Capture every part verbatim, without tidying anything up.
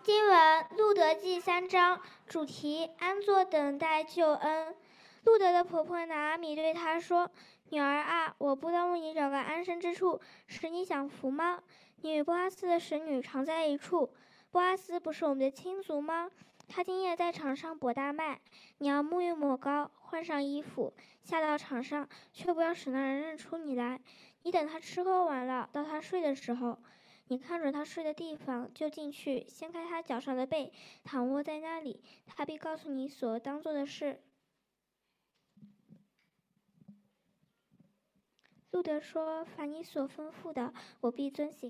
经文《路德记》三章，主题安坐等待救恩。路德的婆婆拿阿米对她说：“女儿啊，我不当为你找个安身之处，使你享福吗？你与波阿斯的使女常在一处。波阿斯不是我们的亲族吗？他今夜在场上搏大麦，你要沐浴抹膏，换上衣服，下到场上，却不要使那人认出你来。你等他吃喝完了，到他睡的时候，你看准他睡的地方，就进去，掀开他脚上的被，躺卧在那里，他必告诉你所当做的事。”路德说：“凡你所吩咐的，我必遵行。”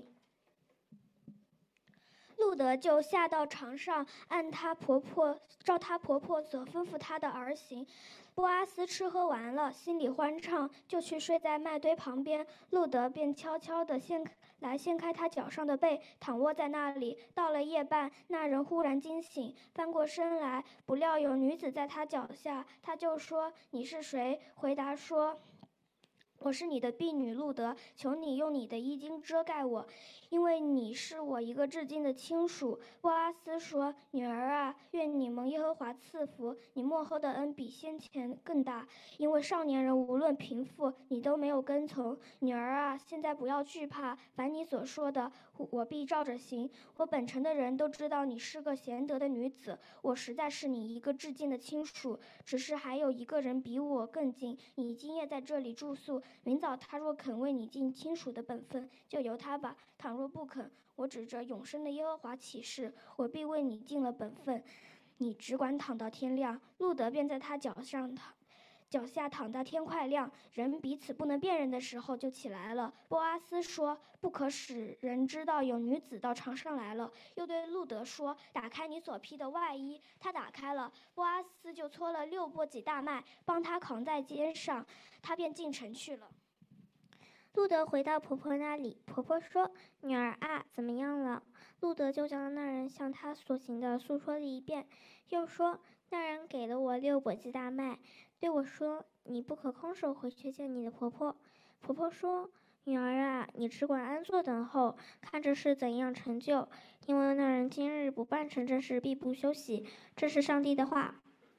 路德就下到床上，按她婆婆照她婆婆所吩咐她的而行。波阿斯吃喝完了，心里欢畅，就去睡在麦堆旁边。路德便悄悄地掀来掀开他脚上的被，躺卧在那里。到了夜半，那人忽然惊醒，翻过身来，不料有女子在他脚下，他就说：“你是谁？”回答说：“我是你的婢女路德，求你用你的衣襟遮盖我，因为你是我一个至亲的亲属。”波阿斯说：“女儿啊，愿你蒙耶和华赐福，你末后的恩比先前更大，因为少年人无论贫富，你都没有跟从。女儿啊，现在不要惧怕，凡你所说的，我必照着行。我本城的人都知道你是个贤德的女子，我实在是你一个至近的亲属，只是还有一个人比我更近，你今夜在这里住宿，明早他若肯为你尽亲属的本分，就由他吧；倘若不肯，我指着永生的耶和华起誓，我必为你尽了本分。你只管躺到天亮。”路德便在他脚上躺脚下躺到天快亮，人彼此不能辨认的时候，就起来了。波阿斯说：“不可使人知道有女子到床上来了。”又对路德说：“打开你所披的外衣。”他打开了，波阿斯就搓了六簸箕大麦，帮他扛在肩上，他便进城去了。路德回到婆婆那里，婆婆说：“女儿啊，怎么样了？”路德就将那人向他所行的诉说了一遍，又说：“那人给了我六簸箕大麦，对我说，你不可空手回去见你的婆婆。”婆婆说：“女儿啊，你只管安坐等候，看这事怎样成就，因为那人今日不办成这事，必不休息。”这是上帝的话。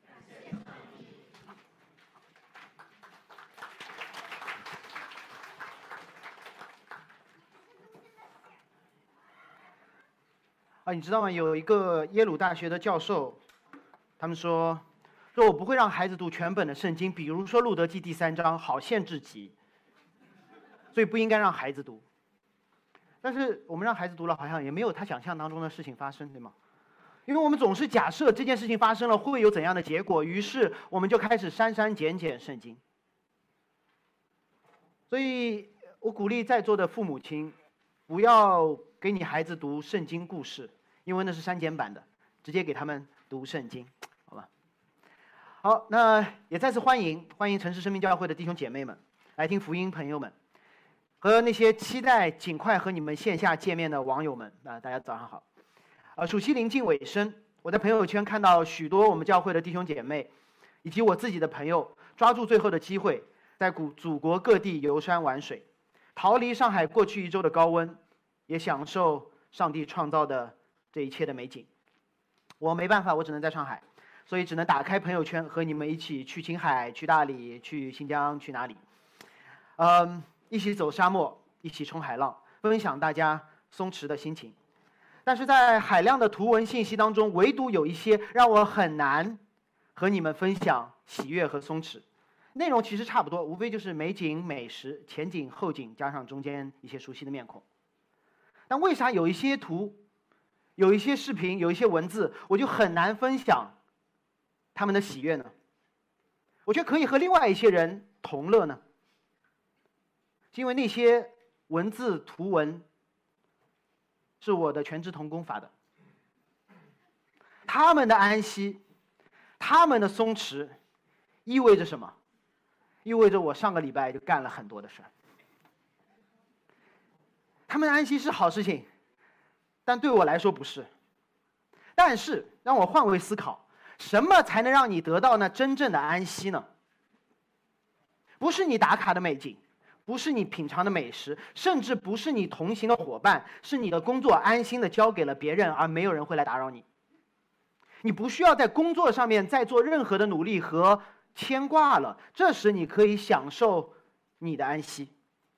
啊，你知道吗？有一个耶鲁大学的教授，他们说，说我不会让孩子读全本的圣经，比如说《路德记》第三章，好限制级，所以不应该让孩子读。但是我们让孩子读了，好像也没有他想象当中的事情发生，对吗？因为我们总是假设这件事情发生了会有怎样的结果，于是我们就开始删删减减圣经。所以我鼓励在座的父母亲，不要给你孩子读圣经故事，因为那是删减版的，直接给他们读圣经，好吧？好，那也再次欢迎欢迎城市生命教会的弟兄姐妹们来听福音，朋友们和那些期待尽快和你们线下见面的网友们啊，大家早上好。呃，暑期临近尾声，我在朋友圈看到许多我们教会的弟兄姐妹，以及我自己的朋友，抓住最后的机会，在古祖国各地游山玩水，逃离上海过去一周的高温，也享受上帝创造的这一切的美景。我没办法，我只能在上海，所以只能打开朋友圈和你们一起去青海、去大理、去新疆、去哪里，嗯，一起走沙漠，一起冲海浪，分享大家松弛的心情。但是在海量的图文信息当中，唯独有一些让我很难和你们分享喜悦和松弛。内容其实差不多，无非就是美景、美食、前景、后景，加上中间一些熟悉的面孔。但为啥有一些图、有一些视频、有一些文字，我就很难分享他们的喜悦呢？我却可以和另外一些人同乐呢？是因为那些文字图文是我的全职同工发的，他们的安息，他们的松弛，意味着什么？意味着我上个礼拜就干了很多的事儿。他们的安息是好事情，但对我来说不是。但是让我换位思考，什么才能让你得到那真正的安息呢？不是你打卡的美景， 不是你品尝的美食，甚至不是你同行的伙伴，是你的工作安心的交给了别人，而没有人会来打扰你。你不需要在工作上面再做任何的努力和牵挂了，这时你可以享受你的安息。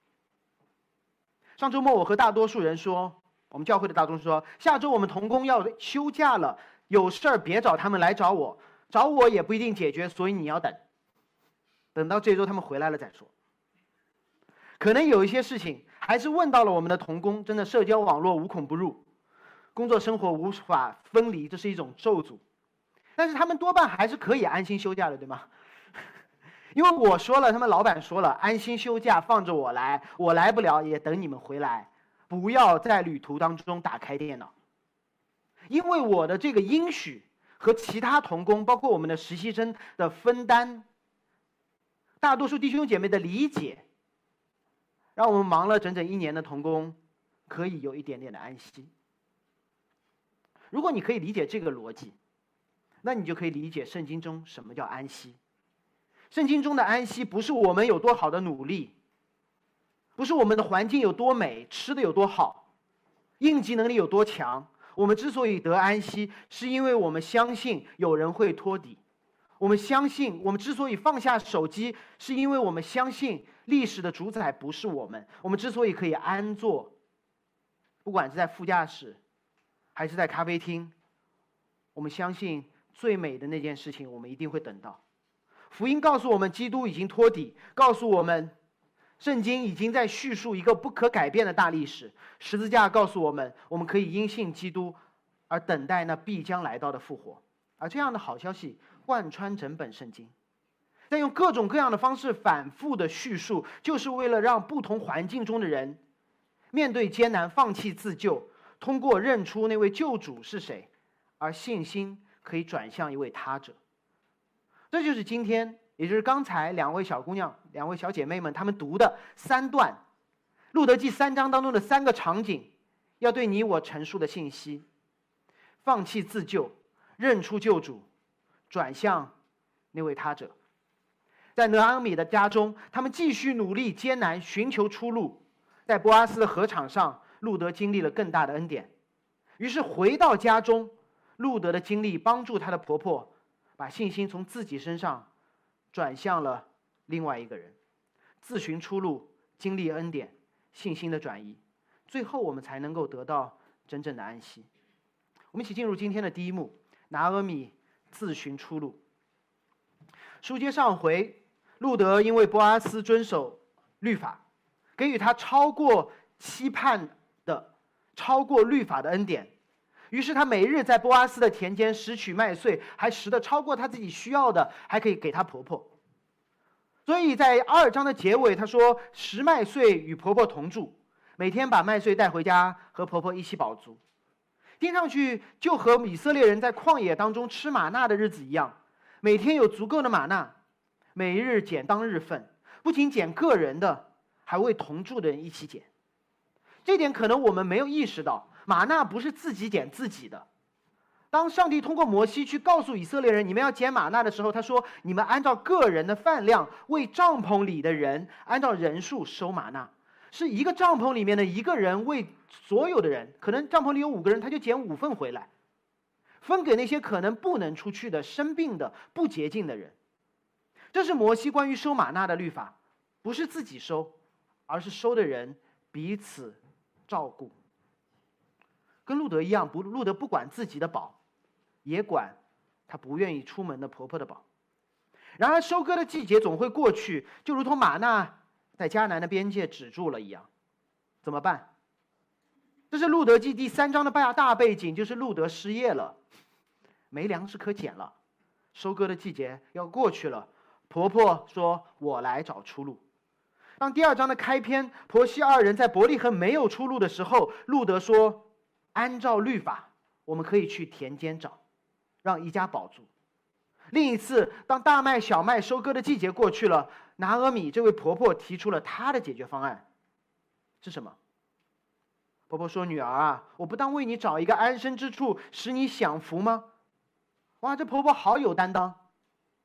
上周末我和大多数人说，我们教会的大多数说，下周我们同工要休假了，有事儿别找他们，来找我，找我也不一定解决，所以你要等，等到这周他们回来了再说。可能有一些事情还是问到了我们的同工，真的社交网络无孔不入，工作生活无法分离，这是一种咒诅。但是他们多半还是可以安心休假的，对吗？因为我说了，他们老板说了，安心休假，放着我来，我来不了也等你们回来，不要在旅途当中打开电脑。因为我的这个应许和其他同工，包括我们的实习生的分担，大多数弟兄姐妹的理解，让我们忙了整整一年的同工可以有一点点的安息。如果你可以理解这个逻辑，那你就可以理解圣经中什么叫安息。圣经中的安息不是我们有多好的努力，不是我们的环境有多美，吃的有多好，应急能力有多强。我们之所以得安息，是因为我们相信有人会托底。我们相信，我们之所以放下手机，是因为我们相信历史的主宰不是我们。我们之所以可以安坐，不管是在副驾驶还是在咖啡厅，我们相信最美的那件事情我们一定会等到。福音告诉我们基督已经托底，告诉我们圣经已经在叙述一个不可改变的大历史。十字架告诉我们，我们可以因信基督而等待那必将来到的复活。而这样的好消息贯穿整本圣经，再用各种各样的方式反复的叙述，就是为了让不同环境中的人面对艰难放弃自救，通过认出那位救主是谁，而信心可以转向一位他者。这就是今天，也就是刚才两位小姑娘、两位小姐妹们她们读的三段路德记三章当中的三个场景，要对你我陈述的信息：放弃自救，认出救主，转向那位他者。在挪阿米的家中，他们继续努力艰难寻求出路。在波阿斯的禾场上，路德经历了更大的恩典。于是回到家中，路德的经历帮助她的婆婆把信心从自己身上转向了另外一个人，自寻出路，经历恩典，信心的转移，最后我们才能够得到真正的安息。我们一起进入今天的第一幕，拿俄米自寻出路。书接上回，路德因为波阿斯遵守律法，给予他超过期盼的、超过律法的恩典，于是他每日在波阿斯的田间拾取麦穗，还拾得超过他自己需要的，还可以给他婆婆。所以在二章的结尾，他说拾麦穗与婆婆同住，每天把麦穗带回家和婆婆一起饱足。听上去就和以色列人在旷野当中吃玛纳的日子一样，每天有足够的玛纳，每日捡当日份，不仅捡个人的，还为同住的人一起捡。这点可能我们没有意识到，玛纳不是自己捡自己的。当上帝通过摩西去告诉以色列人你们要捡玛纳的时候，他说你们按照个人的饭量为帐篷里的人按照人数收玛纳，是一个帐篷里面的一个人为所有的人，可能帐篷里有五个人，他就捡五份回来，分给那些可能不能出去的、生病的、不洁净的人。这是摩西关于收玛纳的律法，不是自己收，而是收的人彼此照顾。跟路德一样，不，路德不管自己的饱，也管他不愿意出门的婆婆的饱。然而收割的季节总会过去，就如同玛纳在迦南的边界止住了一样。怎么办？这是路德记第三章的大背景，就是路德失业了，没粮食可捡了，收割的季节要过去了，婆婆说我来找出路。当第二章的开篇，婆媳二人在伯利恒没有出路的时候，路德说按照律法我们可以去田间找，让一家饱足。另一次，当大麦小麦收割的季节过去了，拿俄米这位婆婆提出了她的解决方案，是什么？婆婆说，女儿啊，我不当为你找一个安身之处，使你享福吗？哇，这婆婆好有担当。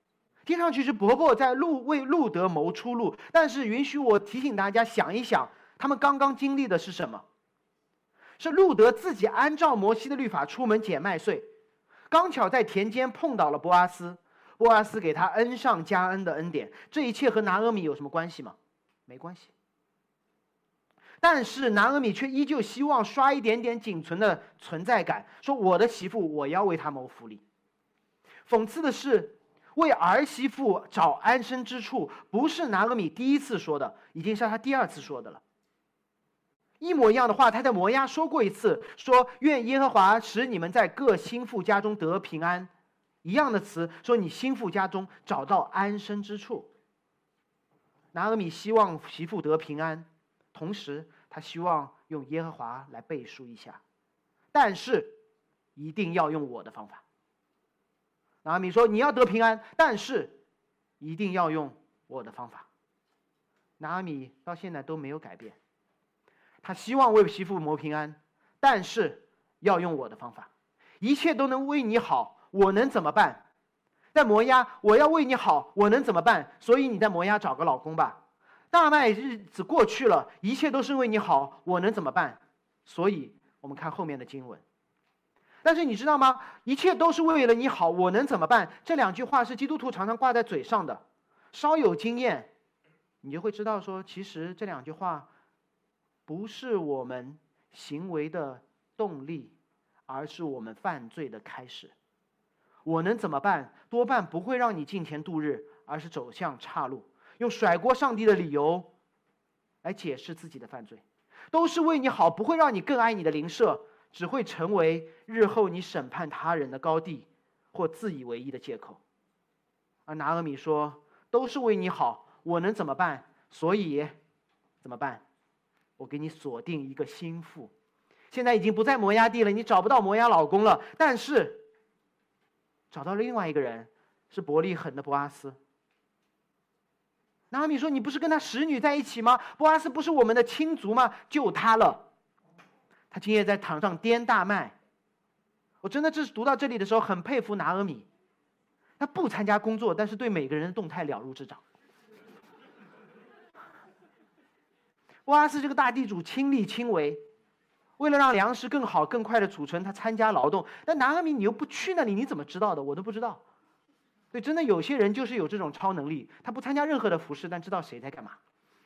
听上去是婆婆在路为路得谋出路，但是允许我提醒大家想一想，他们刚刚经历的是什么？是路得自己按照摩西的律法出门捡麦穗，刚巧在田间碰到了波阿斯，波阿斯给他恩上加恩的恩典。这一切和拿俄米有什么关系吗？没关系。但是拿俄米却依旧希望刷一点点仅存的存在感，说我的媳妇我要为她谋福利。讽刺的是，为儿媳妇找安身之处不是拿俄米第一次说的，已经是他第二次说的了。一模一样的话他在摩押说过一次，说愿耶和华使你们在各心腹家中得平安。一样的词，说你心腹家中找到安身之处。拿俄米希望媳妇得平安，同时他希望用耶和华来背书一下，但是一定要用我的方法。拿俄米说你要得平安，但是一定要用我的方法。拿俄米到现在都没有改变，他希望为媳妇谋平安，但是要用我的方法。一切都能为你好，我能怎么办？在摩押我要为你好，我能怎么办？所以你在摩押找个老公吧。大麦日子过去了，一切都是为你好，我能怎么办？所以我们看后面的经文。但是你知道吗？一切都是为了你好，我能怎么办？这两句话是基督徒常常挂在嘴上的。稍有经验，你就会知道说，其实这两句话不是我们行为的动力，而是我们犯罪的开始。我能怎么办？多半不会让你进田度日，而是走向岔路，用甩锅上帝的理由来解释自己的犯罪。都是为你好，不会让你更爱你的邻舍，只会成为日后你审判他人的高地或自以为意的借口。而拿俄米说，都是为你好，我能怎么办？所以怎么办？我给你锁定一个心腹，现在已经不在摩押地了，你找不到摩押老公了，但是找到了另外一个人，是伯利恒的波阿斯。拿俄米说，你不是跟他使女在一起吗？波阿斯不是我们的亲族吗？就他了。他今夜在场上颠大麦。我真的这是读到这里的时候很佩服拿俄米，他不参加工作，但是对每个人的动态了如指掌。波阿斯这个大地主亲力亲为，为了让粮食更好更快的储存，他参加劳动。但拿俄米你又不去那里，你怎么知道的？我都不知道。对，真的有些人就是有这种超能力，他不参加任何的服饰，但知道谁在干嘛。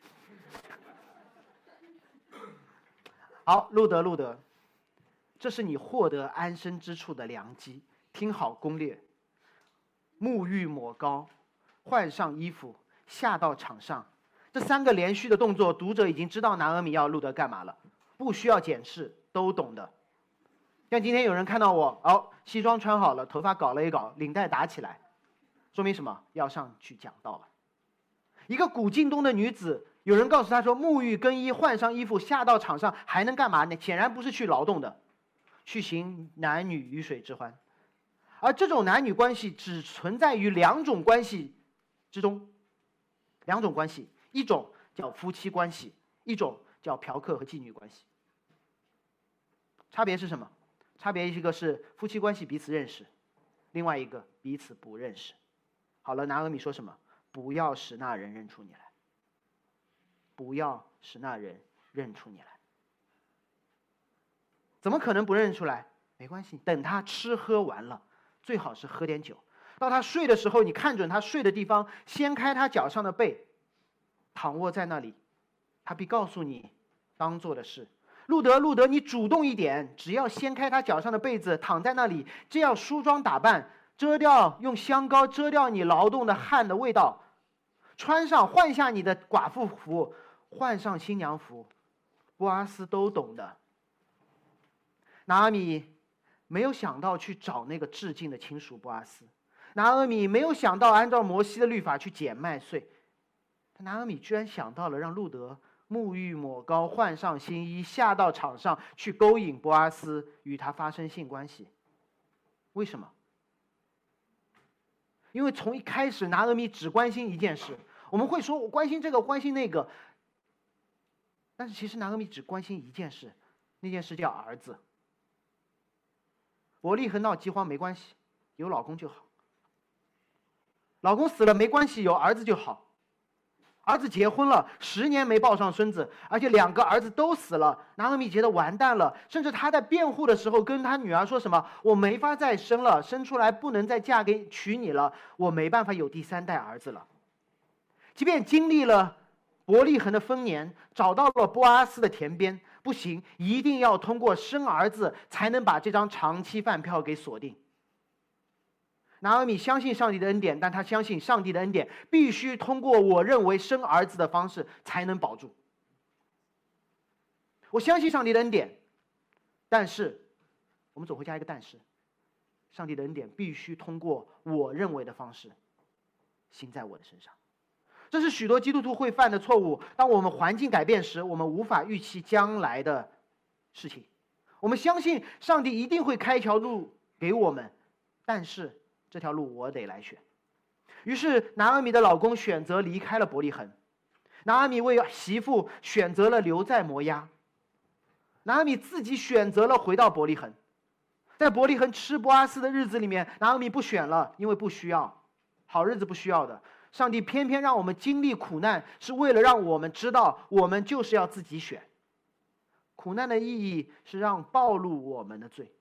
好，路德路德，这是你获得安身之处的良机。听好攻略：沐浴抹膏，换上衣服，下到场上。这三个连续的动作，读者已经知道拿俄米要路德干嘛了，不需要解释，都懂的。像今天有人看到我，哦，西装穿好了，头发搞了一搞，领带打起来，说明什么？要上去讲道了。一个古晋东的女子，有人告诉她说，沐浴更衣，换上衣服，下到场上还能干嘛呢？显然不是去劳动的，去行男女鱼水之欢。而这种男女关系只存在于两种关系之中，两种关系，一种叫夫妻关系，一种叫嫖客和妓女关系。差别是什么？差别一个是夫妻关系彼此认识，另外一个彼此不认识。好了，拿俄米说什么？不要使那人认出你来，不要使那人认出你来。怎么可能不认出来？没关系，等他吃喝完了，最好是喝点酒。到他睡的时候，你看准他睡的地方，掀开他脚上的被，躺卧在那里，他必告诉你当做的事。路德，路德，你主动一点，只要掀开他脚上的被子，躺在那里，这样梳妆打扮，遮掉，用香膏遮掉你劳动的汗的味道，穿上换下你的寡妇服，换上新娘服。波阿斯都懂的。拿俄米没有想到去找那个致敬的亲属波阿斯，拿俄米没有想到按照摩西的律法去捡麦穗，拿俄米居然想到了让路德沐浴抹膏，换上新衣，下到场上去勾引波阿斯，与他发生性关系。为什么？因为从一开始拿俄米只关心一件事。我们会说我关心这个关心那个，但是其实拿俄米只关心一件事，那件事叫儿子。伯利恒闹饥荒没关系，有老公就好。 老公死了没关系，有儿子就好。儿子结婚了，十年没抱上孙子，而且两个儿子都死了，拿俄米觉得完蛋了，甚至他在辩护的时候跟他女儿说什么：“我没法再生了，生出来不能再嫁给娶你了，我没办法有第三代儿子了。”即便经历了伯利恒的丰年，找到了波阿斯的田边，不行，一定要通过生儿子才能把这张长期饭票给锁定。拿俄米相信上帝的恩典，但他相信上帝的恩典必须通过我认为生儿子的方式才能保住。我相信上帝的恩典，但是我们总会加一个但是，上帝的恩典必须通过我认为的方式行在我的身上。这是许多基督徒会犯的错误。当我们环境改变时，我们无法预期将来的事情。我们相信上帝一定会开一条路给我们，但是这条路我得来选。于是拿俄米的老公选择离开了伯利恒，拿俄米为媳妇选择了留在摩押，拿俄米自己选择了回到伯利恒。在伯利恒吃波阿斯的日子里面，拿俄米不选了，因为不需要，好日子不需要的。上帝偏偏让我们经历苦难，是为了让我们知道我们就是要自己选。苦难的意义是让暴露我们的罪。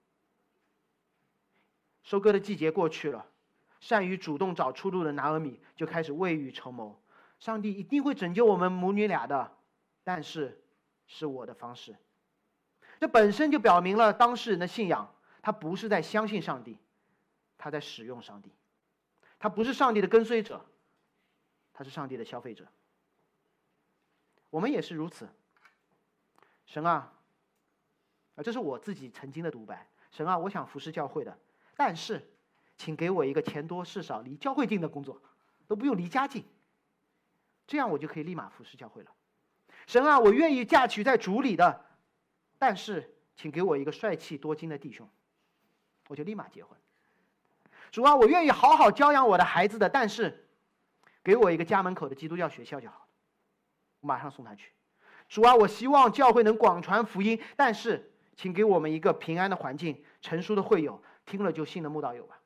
收割的季节过去了，善于主动找出路的拿俄米就开始未雨绸缪。上帝一定会拯救我们母女俩的，但是是我的方式。这本身就表明了当事人的信仰，他不是在相信上帝，他在使用上帝。他不是上帝的跟随者，他是上帝的消费者。我们也是如此。神啊，这是我自己曾经的独白。神啊，我想服侍教会的，但是请给我一个钱多事少离教会近的工作，都不用离家近，这样我就可以立马服侍教会了。神啊，我愿意嫁娶在主里的，但是请给我一个帅气多金的弟兄，我就立马结婚。主啊，我愿意好好教养我的孩子的，但是给我一个家门口的基督教学校就好了，我马上送他去。主啊，我希望教会能广传福音，但是请给我们一个平安的环境，成熟的会友，听了就信的慕道友吧。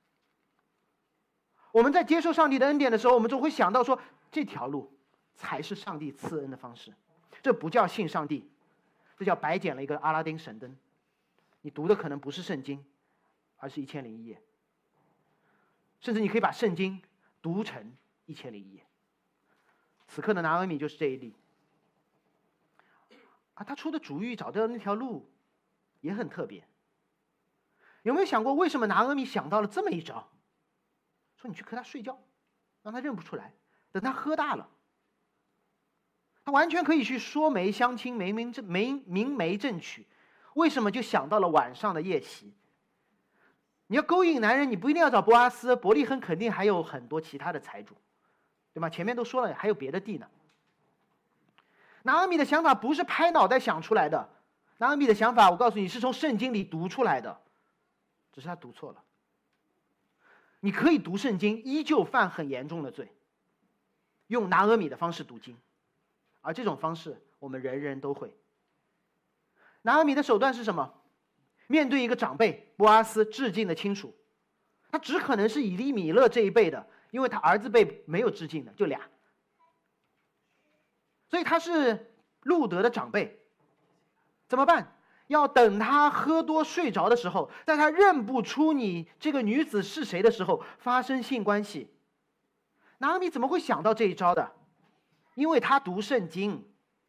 我们在接受上帝的恩典的时候，我们总会想到说，这条路才是上帝赐恩的方式。这不叫信上帝，这叫白捡了一个阿拉丁神灯。你读的可能不是圣经，而是一千零一夜。甚至你可以把圣经读成一千零一夜。此刻的拿俄米就是这一例。啊，他出的主意找到的那条路也很特别。有没有想过，为什么拿俄米想到了这么一招？说你去和他睡觉，让他认不出来，等他喝大了，他完全可以去说媒相亲，明媒正明明媒正娶，为什么就想到了晚上的夜袭？你要勾引男人，你不一定要找波阿斯，伯利恒肯定还有很多其他的财主，对吗？前面都说了，还有别的地呢。拿俄米的想法不是拍脑袋想出来的，拿俄米的想法，我告诉你是从圣经里读出来的，只是他读错了。你可以读圣经，依旧犯很严重的罪，用拿俄米的方式读经，而这种方式我们人人都会。拿俄米的手段是什么？面对一个长辈波阿斯致敬的亲属，他只可能是以利米勒这一辈的，因为他儿子辈没有致敬的，就俩，所以他是路德的长辈。怎么办？要等他喝多睡着的时候，在他认不出你这个女子是谁的时候发生性关系。拿俄米怎么会想到这一招的？因为他读圣经。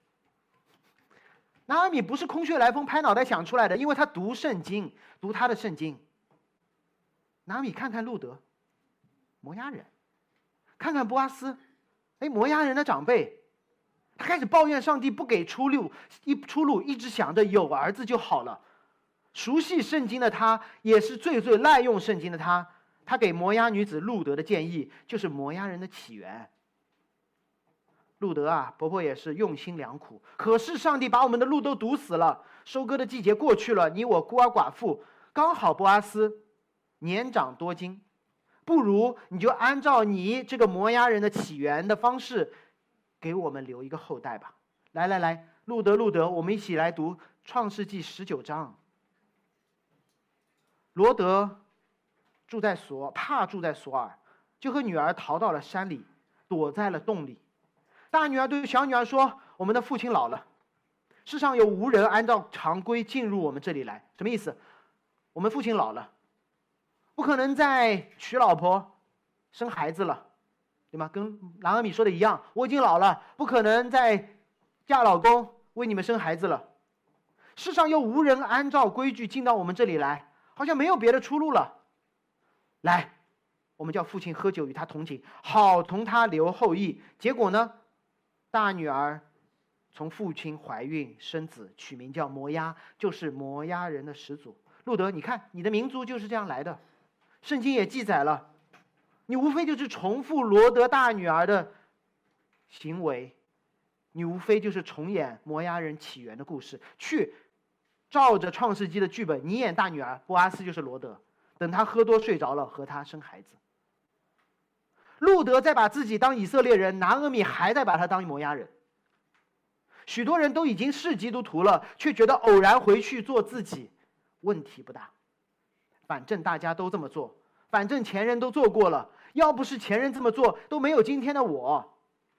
拿俄米不是空穴来风拍脑袋想出来的，因为他读圣经，读他的圣经。拿俄米看看路德，摩押人，看看波阿斯，哎，摩押人的长辈，他开始抱怨上帝不给出路，一出路一直想着有儿子就好了。熟悉圣经的他，也是最最滥用圣经的他，他给摩押女子路德的建议就是摩押人的起源。路德啊，婆婆也是用心良苦，可是上帝把我们的路都堵死了。收割的季节过去了，你我孤儿寡妇，刚好波阿斯年长多金，不如你就按照你这个摩押人的起源的方式，给我们留一个后代吧。来来来，路德路德，我们一起来读创世纪十九章。罗德住在索，怕住在索尔， 就和女儿逃到了山里，躲在了洞里。大女儿对小女儿说：“我们的父亲老了，世上有无人按照常规进入我们这里来。”什么意思？我们父亲老了，不可能再娶老婆、生孩子了，对吗？跟拿俄米说的一样，我已经老了，不可能再嫁老公为你们生孩子了。世上又无人按照规矩进到我们这里来，好像没有别的出路了。来，我们叫父亲喝酒与他同寝，好同他留后裔。结果呢，大女儿从父亲怀孕生子，取名叫摩押，就是摩押人的始祖。路德，你看你的民族就是这样来的，圣经也记载了，你无非就是重复罗德大女儿的行为，你无非就是重演摩押人起源的故事，去照着创世纪的剧本，你演大女儿，波阿斯就是罗德，等他喝多睡着了，和他生孩子。路德在把自己当以色列人，拿俄米还在把他当摩押人。许多人都已经是基督徒了，却觉得偶然回去做自己问题不大，反正大家都这么做，反正前人都做过了，要不是前人这么做，都没有今天的我。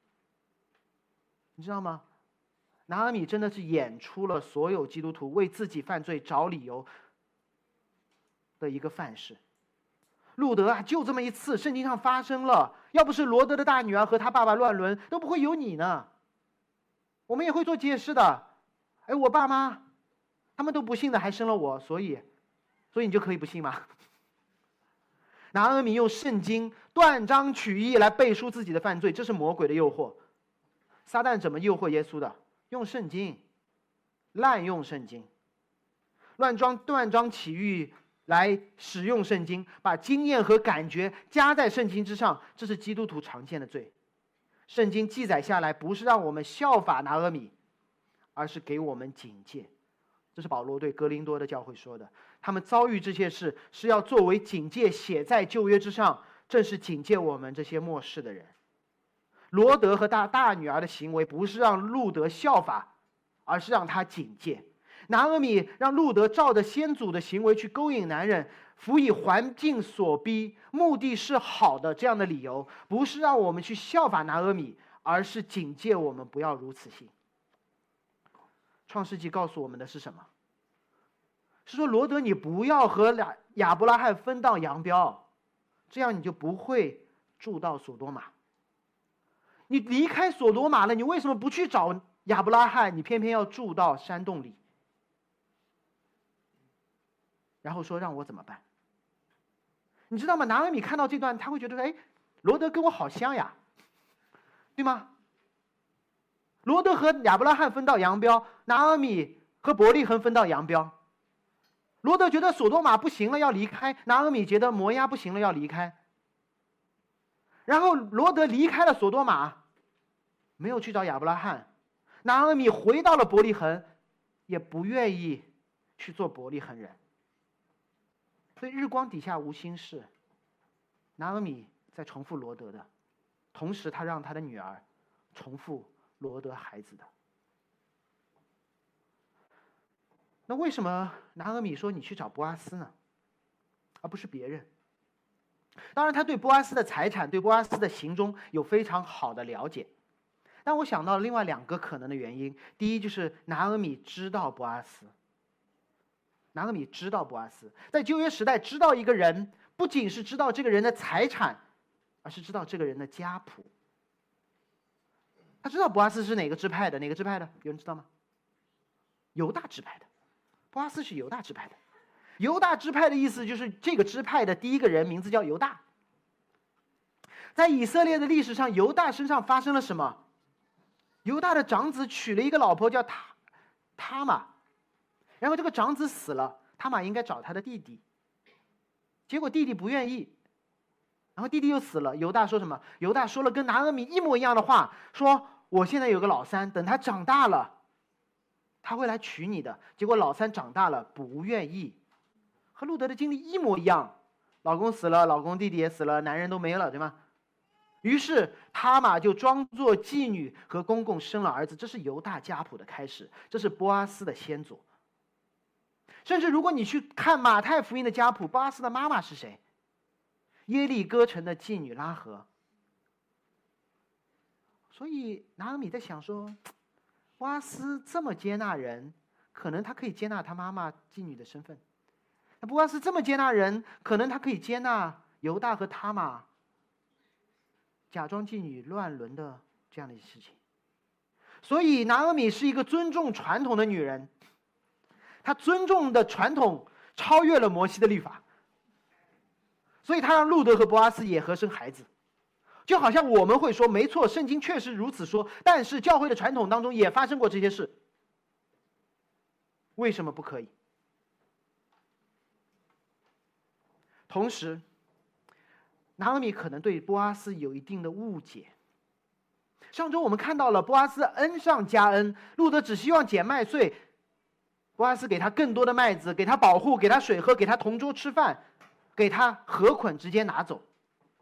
你知道吗？拿俄米真的是演出了所有基督徒为自己犯罪找理由的一个范式。路德啊，就这么一次，圣经上发生了，要不是罗德的大女儿和他爸爸乱伦，都不会有你呢。我们也会做解释的，哎，我爸妈他们都不信的，还生了我，所以所以你就可以不信吗？拿俄米用圣经断章取义来背书自己的犯罪，这是魔鬼的诱惑。撒旦怎么诱惑耶稣的？用圣经，滥用圣经，乱装断章取义来使用圣经，把经验和感觉加在圣经之上，这是基督徒常见的罪。圣经记载下来，不是让我们效法拿俄米，而是给我们警戒。这是保罗对哥林多的教会说的，他们遭遇这些事是要作为警戒写在旧约之上，正是警戒我们这些末世的人。罗德和大大女儿的行为不是让路德效法，而是让他警戒。拿俄米让路德照着先祖的行为去勾引男人，辅以环境所逼，目的是好的，这样的理由不是让我们去效法拿俄米，而是警戒我们不要如此行。创世纪告诉我们的是什么？是说罗德你不要和亚亚伯拉罕分道扬镳，这样你就不会住到索多玛。你离开索多玛了，你为什么不去找亚伯拉罕？你偏偏要住到山洞里，然后说让我怎么办？你知道吗？拿俄米看到这段，他会觉得，哎，罗德跟我好像呀，对吗？罗德和亚伯拉罕分道扬镳，拿俄米和伯利恒分道扬镳。罗德觉得索多玛不行了要离开，拿俄米觉得摩押不行了要离开。然后罗德离开了索多玛，没有去找亚伯拉罕，拿俄米回到了伯利恒，也不愿意去做伯利恒人。所以日光底下无新事，拿俄米在重复罗德的，同时他让他的女儿重复罗德孩子的。那为什么拿俄米说你去找波阿斯呢，而不是别人？当然他对波阿斯的财产，对波阿斯的行踪有非常好的了解，但我想到了另外两个可能的原因。第一，就是拿俄米知道波阿斯，拿俄米知道波阿斯，在旧约时代知道一个人，不仅是知道这个人的财产，而是知道这个人的家谱。他知道波阿斯是哪个支派的，哪个支派的？有人知道吗？犹大支派的。波阿斯是犹大支派的。犹大支派的意思就是这个支派的第一个人名字叫犹大。在以色列的历史上，犹大身上发生了什么？犹大的长子娶了一个老婆叫他他玛，然后这个长子死了，他玛应该找他的弟弟，结果弟弟不愿意，然后弟弟又死了。犹大说什么？犹大说了跟拿俄米一模一样的话，说我现在有个老三，等他长大了他会来娶你的。结果老三长大了不愿意，和路德的经历一模一样，老公死了，老公弟弟也死了，男人都没了，对吗？于是他玛就装作妓女和公公生了儿子，这是犹大家谱的开始，这是波阿斯的先祖。甚至如果你去看马太福音的家谱，波阿斯的妈妈是谁？ 耶利哥城的妓女拉合。所以拿俄米在想说，波阿斯这么接纳人，可能他可以接纳他妈妈妓女的身份。那波阿斯这么接纳人，可能他可以接纳犹大和他玛假装妓女乱伦的这样的事情。所以拿俄米是一个尊重传统的女人，她尊重的传统超越了摩西的律法，所以她让路德和波阿斯也合生孩子。就好像我们会说，没错，圣经确实如此说，但是教会的传统当中也发生过这些事，为什么不可以？同时，拿俄米可能对波阿斯有一定的误解。上周我们看到了波阿斯恩上加恩，路德只希望减麦穗，波阿斯给他更多的麦子，给他保护，给他水喝，给他同桌吃饭，给他合捆直接拿走。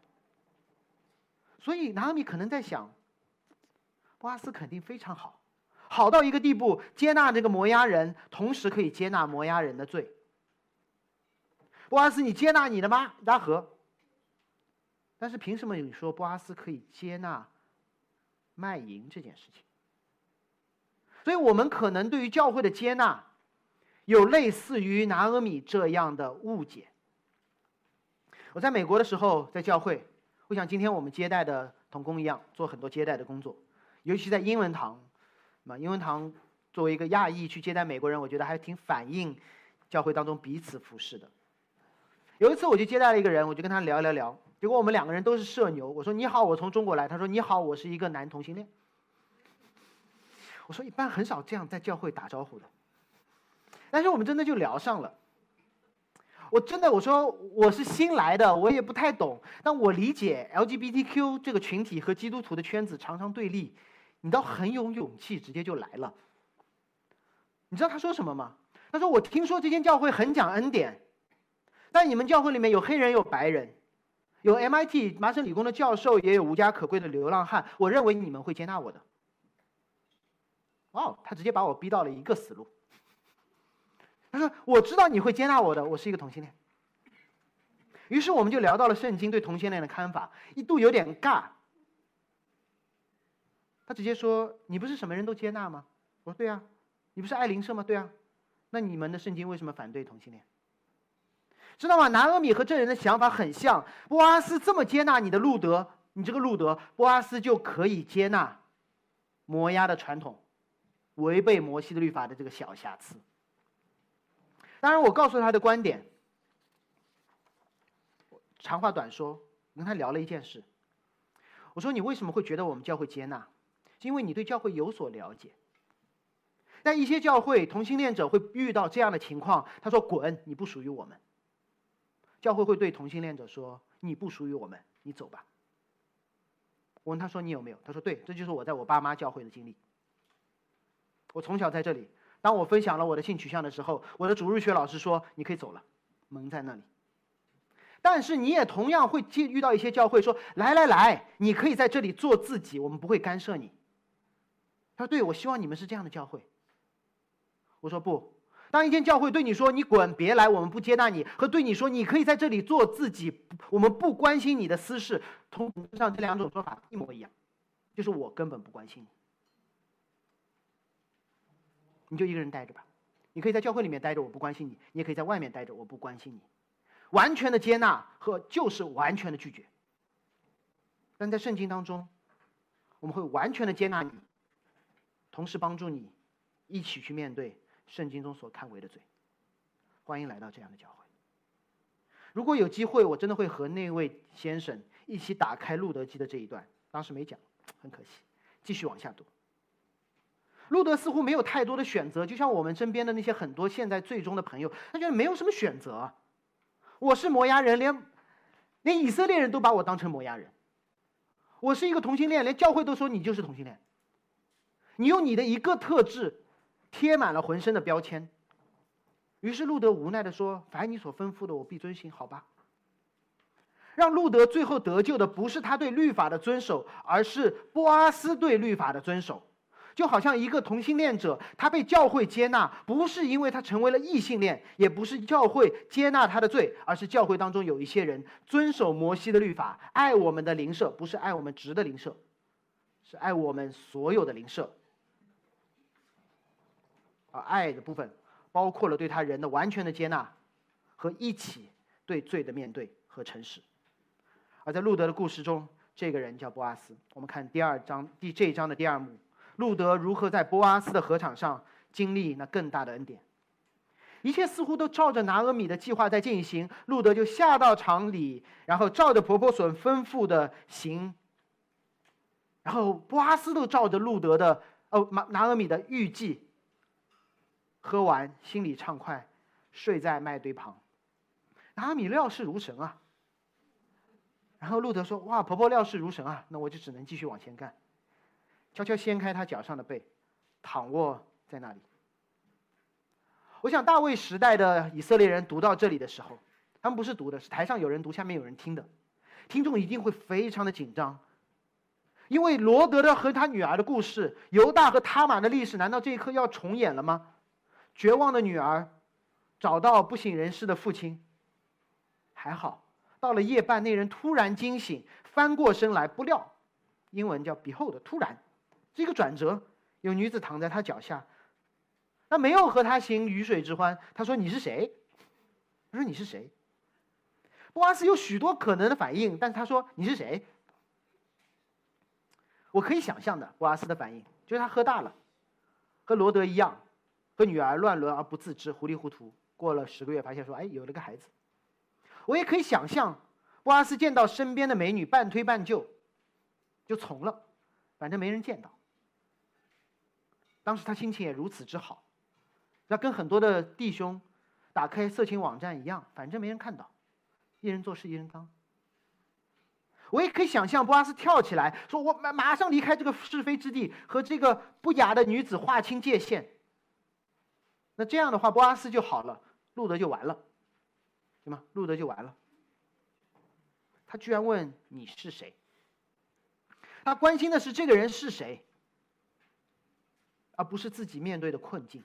所以拿俄米可能在想，波阿斯肯定非常好，好到一个地步，接纳这个摩押人，同时可以接纳摩押人的罪。波阿斯，你接纳你的吗？拉合。但是凭什么你说波阿斯可以接纳卖淫这件事情？所以我们可能对于教会的接纳，有类似于拿俄米这样的误解。我在美国的时候，在教会，我想今天我们接待的同工一样，做很多接待的工作，尤其在英文堂。那英文堂作为一个亚裔去接待美国人，我觉得还挺反映教会当中彼此服侍的。有一次我就接待了一个人，我就跟他聊聊聊，结果我们两个人都是社牛。我说你好，我从中国来。他说你好，我是一个男同性恋。我说一般很少这样在教会打招呼的，但是我们真的就聊上了。我真的我说我是新来的，我也不太懂，但我理解 L G B T Q 这个群体和基督徒的圈子常常对立，你倒很有勇气直接就来了。你知道他说什么吗？他说我听说这间教会很讲恩典，但你们教会里面有黑人有白人，有 M I T 麻省理工的教授，也有无家可归的流浪汉，我认为你们会接纳我的。哦，他直接把我逼到了一个死路。他说我知道你会接纳我的，我是一个同性恋。于是我们就聊到了圣经对同性恋的看法，一度有点尬。他直接说你不是什么人都接纳吗？我说对啊。你不是爱邻舍吗？对啊。那你们的圣经为什么反对同性恋？知道吗？拿俄米和这人的想法很像。波阿斯这么接纳你的路德，你这个路德，波阿斯就可以接纳摩押的传统，违背摩西的律法的这个小瑕疵。当然我告诉他的观点，长话短说，跟他聊了一件事。我说你为什么会觉得我们教会接纳？是因为你对教会有所了解。但一些教会同性恋者会遇到这样的情况，他说滚，你不属于我们。教会会对同性恋者说你不属于我们，你走吧。我问他说你有没有？他说对，这就是我在我爸妈教会的经历。我从小在这里，当我分享了我的性取向的时候，我的主日学老师说你可以走了，门在那里。但是你也同样会遇到一些教会说来来来，你可以在这里做自己，我们不会干涉你。他说对，我希望你们是这样的教会。我说不，当一间教会对你说你滚别来，我们不接纳你，和对你说你可以在这里做自己，我们不关心你的私事，通常这两种说法一模一样，就是我根本不关心你，你就一个人待着吧。你可以在教会里面待着，我不关心你；你也可以在外面待着，我不关心你。完全的接纳和就是完全的拒绝。但在圣经当中，我们会完全的接纳你，同时帮助你一起去面对圣经中所看为的罪。欢迎来到这样的教会。如果有机会，我真的会和那位先生一起打开路德记的这一段，当时没讲，很可惜。继续往下读。路德似乎没有太多的选择，就像我们身边的那些很多现在最终的朋友，他觉得没有什么选择。我是摩押人，连连以色列人都把我当成摩押人。我是一个同性恋，连教会都说你就是同性恋。你用你的一个特质贴满了浑身的标签。于是路德无奈地说：凡你所吩咐的，我必遵行，好吧。让路德最后得救的不是他对律法的遵守，而是波阿斯对律法的遵守。 就好像一个同性恋者，他被教会接纳，不是因为他成为了异性恋，也不是教会接纳他的罪，而是教会当中有一些人遵守摩西的律法，爱我们的邻舍，不是爱我们直的邻舍，是爱我们所有的邻舍。而爱的部分包括了对他人的完全的接纳和一起对罪的面对和诚实。而在路德的故事中，这个人叫波阿斯。我们看第二章第这一章的第二幕，路德如何在波阿斯的禾场上经历那更大的恩典。一切似乎都照着拿俄米的计划在进行，路德就下到场里，然后照着婆婆所吩咐的行，然后波阿斯都照着路德的哦拿俄米的预计，喝完心里畅快，睡在麦堆旁。拿俄米料事如神啊。然后路德说：“哇，婆婆料事如神啊，那我就只能继续往前干。”悄悄掀开他脚上的被，躺卧在那里。我想大卫时代的以色列人读到这里的时候，他们不是读的，是台上有人读，下面有人听的，听众一定会非常的紧张，因为罗德的和他女儿的故事，犹大和他玛的历史，难道这一刻要重演了吗？绝望的女儿找到不省人事的父亲，还好到了夜半，那人突然惊醒，翻过身来，不料英文叫 behold， 突然是一个转折，有女子躺在他脚下，那没有和他行鱼水之欢。他说：“你是谁？”他说：“你是谁？”波阿斯有许多可能的反应，但是他说：“你是谁？”我可以想象的波阿斯的反应就是他喝大了，和罗德一样，和女儿乱伦而不自知，糊里糊涂过了十个月，发现说：“哎，有了个孩子。”我也可以想象波阿斯见到身边的美女，半推半就就从了，反正没人见到。当时他心情也如此之好，那跟很多的弟兄打开色情网站一样，反正没人看到，一人做事一人当。我也可以想象波阿斯跳起来说：“我马马上离开这个是非之地，和这个不雅的女子划清界限。”那这样的话，波阿斯就好了，路德就完了，对吗？路德就完了。他居然问你是谁？他关心的是这个人是谁，而不是自己面对的困境。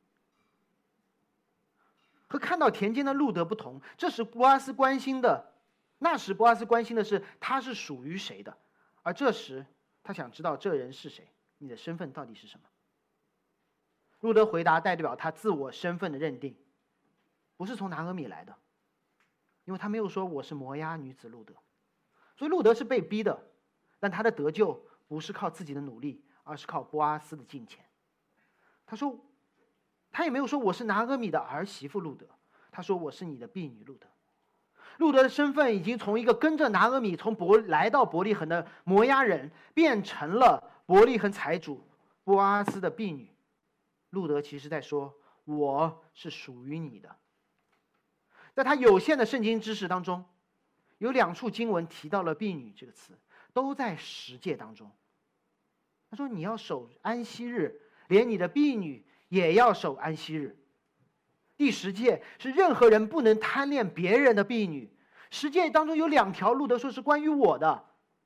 和看到田间的路德不同，这时波阿斯关心的，那时波阿斯关心的是他是属于谁的，而这时他想知道这人是谁，你的身份到底是什么？路德回答代表他自我身份的认定，不是从拿俄米来的，因为他没有说我是摩押女子路德，所以路德是被逼的，但他的得救不是靠自己的努力，而是靠波阿斯的金钱。他说，他也没有说我是拿俄米的儿媳妇路德，他说我是你的婢女路德。路德的身份已经从一个跟着拿俄米从伯来到伯利恒的摩押人，变成了伯利恒财主波阿斯的婢女。路德其实在说，我是属于你的。在他有限的圣经知识当中，有两处经文提到了婢女这个词，都在十诫当中。他说你要守安息日，连你的婢女也要守安息日。第十诫是任何人不能贪恋别人的婢女。十诫当中有两条，路德说是关于我的，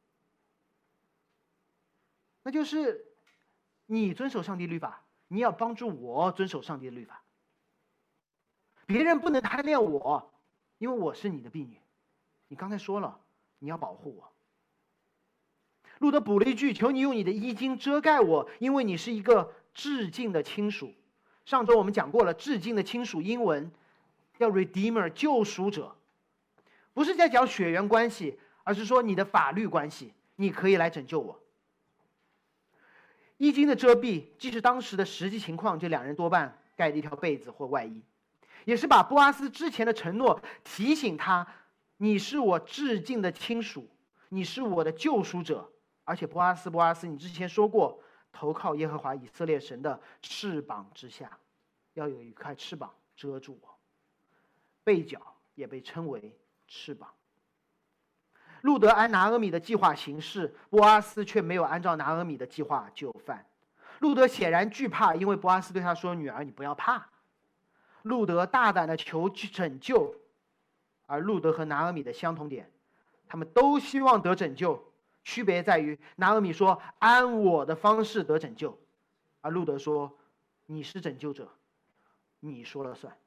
那就是你遵守上帝律法，你要帮助我遵守上帝的律法。别人不能贪恋我，因为我是你的婢女。你刚才说了，你要保护我。路德补了一句：求你用你的衣襟遮盖我，因为你是一个至近的亲属。上周我们讲过了，至近的亲属英文叫 redeemer， 救赎者，不是在讲血缘关系，而是说你的法律关系，你可以来拯救我。衣襟的遮蔽既是当时的实际情况，这两人多半盖着一条被子或外衣，也是把波阿斯之前的承诺提醒他，你是我至近的亲属，你是我的救赎者。而且波阿斯波阿斯你之前说过，投靠耶和华以色列神的翅膀之下，要有一块翅膀遮住我。被角也被称为翅膀。路德按拿俄米的计划行事，波阿斯却没有按照拿俄米的计划就范。路德显然惧怕，因为波阿斯对他说：女儿，你不要怕。路德大胆的求拯救，而路德和拿俄米的相同点，他们都希望得拯救，区别在于拿俄米说按我的方式得拯救， 而路德说：“你是拯救者，你说了算。”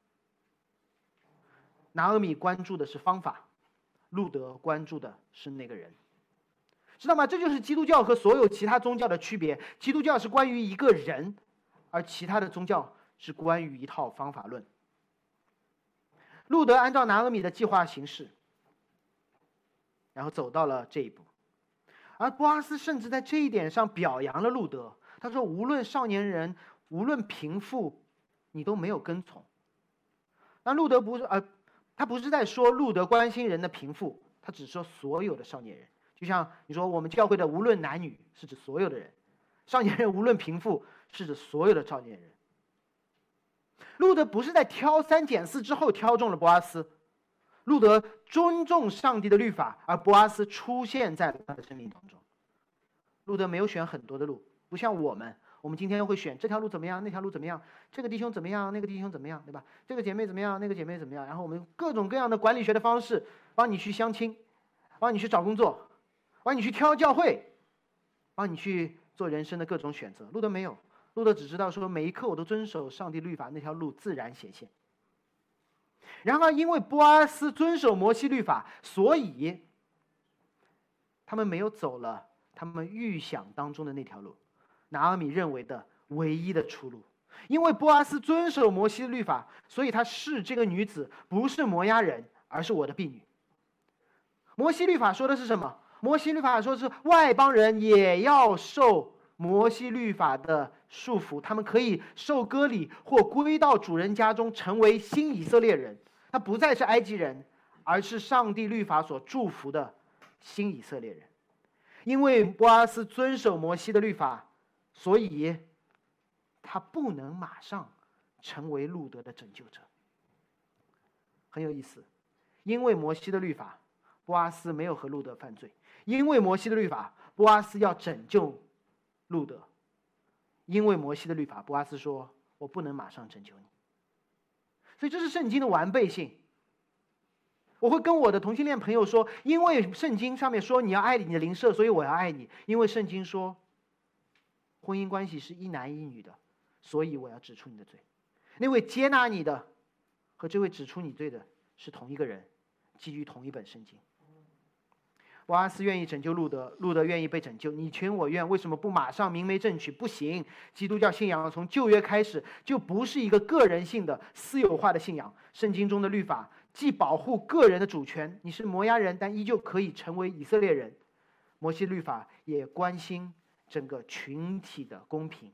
拿俄米关注的是方法，路德关注的是那个人，知道吗？这就是基督教和所有其他宗教的区别。基督教是关于一个人，而其他的宗教是关于一套方法论。路德按照拿俄米的计划行事，然后走到了这一步。而波阿斯甚至在这一点上表扬了路德，他说：“无论少年人，无论贫富，你都没有跟从。”那路德不是呃，他不是在说路德关心人的贫富，他只说所有的少年人。就像你说我们教会的无论男女，是指所有的人；少年人无论贫富，是指所有的少年人。路德不是在挑三拣四之后挑中了波阿斯，路德尊重上帝的律法，而波阿斯出现在了他的生命当中。路德没有选很多的路，不像我们，我们今天会选这条路怎么样，那条路怎么样，这个弟兄怎么样，那个弟兄怎么样，对吧？这个姐妹怎么样，那个姐妹怎么样？然后我们各种各样的管理学的方式，帮你去相亲，帮你去找工作，帮你去挑教会，帮你去做人生的各种选择。路德没有，路德只知道说每一刻我都遵守上帝律法，那条路自然显现。然而因为波阿斯遵守摩西律法，所以他们没有走了他们预想当中的那条路，拿俄米认为的唯一的出路。因为波阿斯遵守摩西的律法，所以他视这个女子不是摩押人，而是我的婢女。摩西律法说的是什么？摩西律法说是外邦人也要受摩西律法的束缚，他们可以受割礼或归到主人家中，成为新以色列人。他不再是埃及人，而是上帝律法所祝福的新以色列人。因为波阿斯遵守摩西的律法，所以他不能马上成为路德的拯救者。很有意思，因为摩西的律法，波阿斯没有和路德犯罪；因为摩西的律法，波阿斯要拯救路德；因为摩西的律法，波阿斯说：“我不能马上拯救你。”所以这是圣经的完备性。我会跟我的同性恋朋友说，因为圣经上面说你要爱你的邻舍，所以我要爱你；因为圣经说婚姻关系是一男一女的，所以我要指出你的罪。那位接纳你的和这位指出你罪的是同一个人，基于同一本圣经。波阿斯愿意拯救路德，路德愿意被拯救，你情我愿，为什么不马上明媒正娶？不行，基督教信仰从旧约开始就不是一个个人性的私有化的信仰。圣经中的律法既保护个人的主权，你是摩押人，但依旧可以成为以色列人。摩西律法也关心整个群体的公平。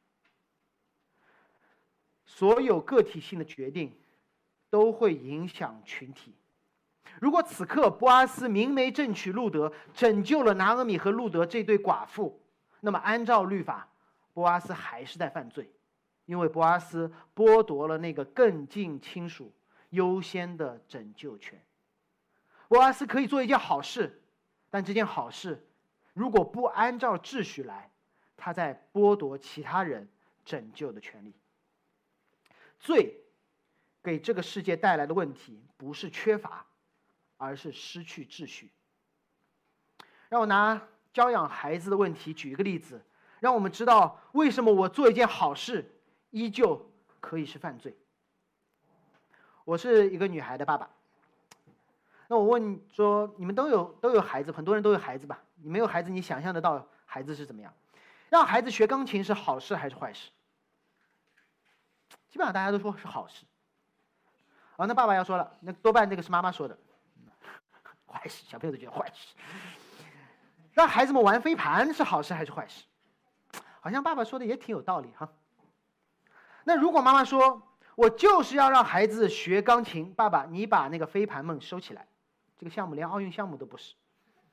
所有个体性的决定都会影响群体。如果此刻波阿斯明媒正娶路德，拯救了拿俄米和路德这对寡妇，那么按照律法，波阿斯还是在犯罪，因为波阿斯剥夺了那个更近亲属优先的拯救权。波阿斯可以做一件好事，但这件好事如果不按照秩序来，他在剥夺其他人拯救的权利。罪给这个世界带来的问题不是缺乏，而是失去秩序。让我拿教养孩子的问题举一个例子，让我们知道为什么我做一件好事依旧可以是犯罪。我是一个女孩的爸爸，那我问说，你们都有都有孩子，很多人都有孩子吧？你没有孩子，你想象得到孩子是怎么样？让孩子学钢琴是好事还是坏事？基本上大家都说是好事。啊，那爸爸要说了，那多半这个是妈妈说的，坏事，小朋友都觉得坏事。让孩子们玩飞盘是好事还是坏事？好像爸爸说的也挺有道理哈。那如果妈妈说，我就是要让孩子学钢琴，爸爸你把那个飞盘梦收起来，这个项目连奥运项目都不是，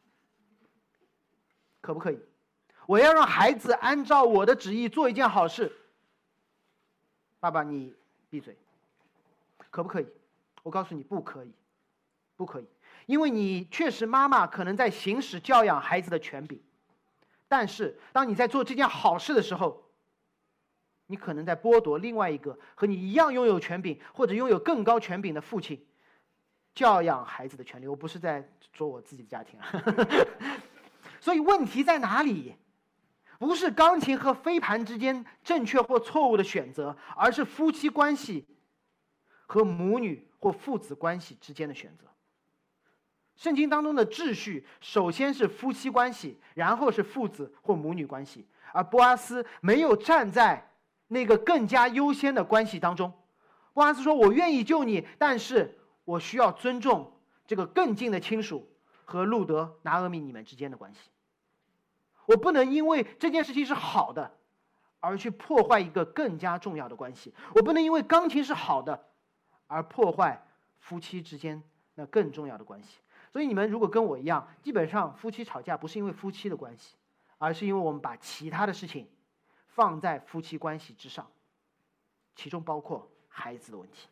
可不可以？我要让孩子按照我的旨意做一件好事，爸爸你闭嘴，可不可以？我告诉你不可以，不可以，因为你确实妈妈可能在行使教养孩子的权柄，但是当你在做这件好事的时候，你可能在剥夺另外一个和你一样拥有权柄或者拥有更高权柄的父亲教养孩子的权利。我不是在说我自己的家庭啊。所以问题在哪里？ 不是钢琴和飞盘之间正确或错误的选择，而是夫妻关系和母女或父子关系之间的选择。圣经当中的秩序，首先是夫妻关系，然后是父子或母女关系，而波阿斯没有站在那个更加优先的关系当中。波阿斯说：“我愿意救你，但是我需要尊重这个更近的亲属和路德、拿俄米你们之间的关系。我不能因为这件事情是好的，而去破坏一个更加重要的关系。我不能因为钢琴是好的，而破坏夫妻之间那更重要的关系。所以你们如果跟我一样，基本上夫妻吵架不是因为夫妻的关系，而是因为我们把其他的事情放在夫妻关系之上，其中包括孩子的问题。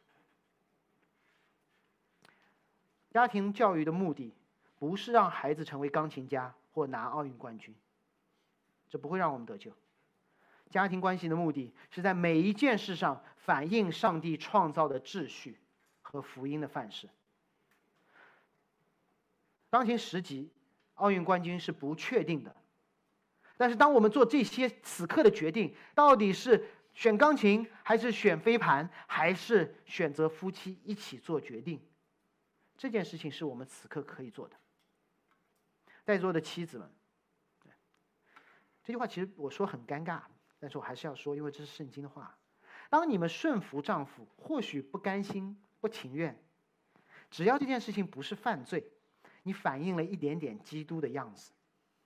家庭教育的目的不是让孩子成为钢琴家或拿奥运冠军，这不会让我们得救。家庭关系的目的是在每一件事上反映上帝创造的秩序和福音的范式。钢琴十级奥运冠军是不确定的，但是当我们做这些此刻的决定，到底是选钢琴还是选飞盘，还是选择夫妻一起做决定，这件事情是我们此刻可以做的。在座的妻子们，这句话其实我说很尴尬，但是我还是要说，因为这是圣经的话。当你们顺服丈夫，或许不甘心不情愿，只要这件事情不是犯罪，你反映了一点点基督的样子，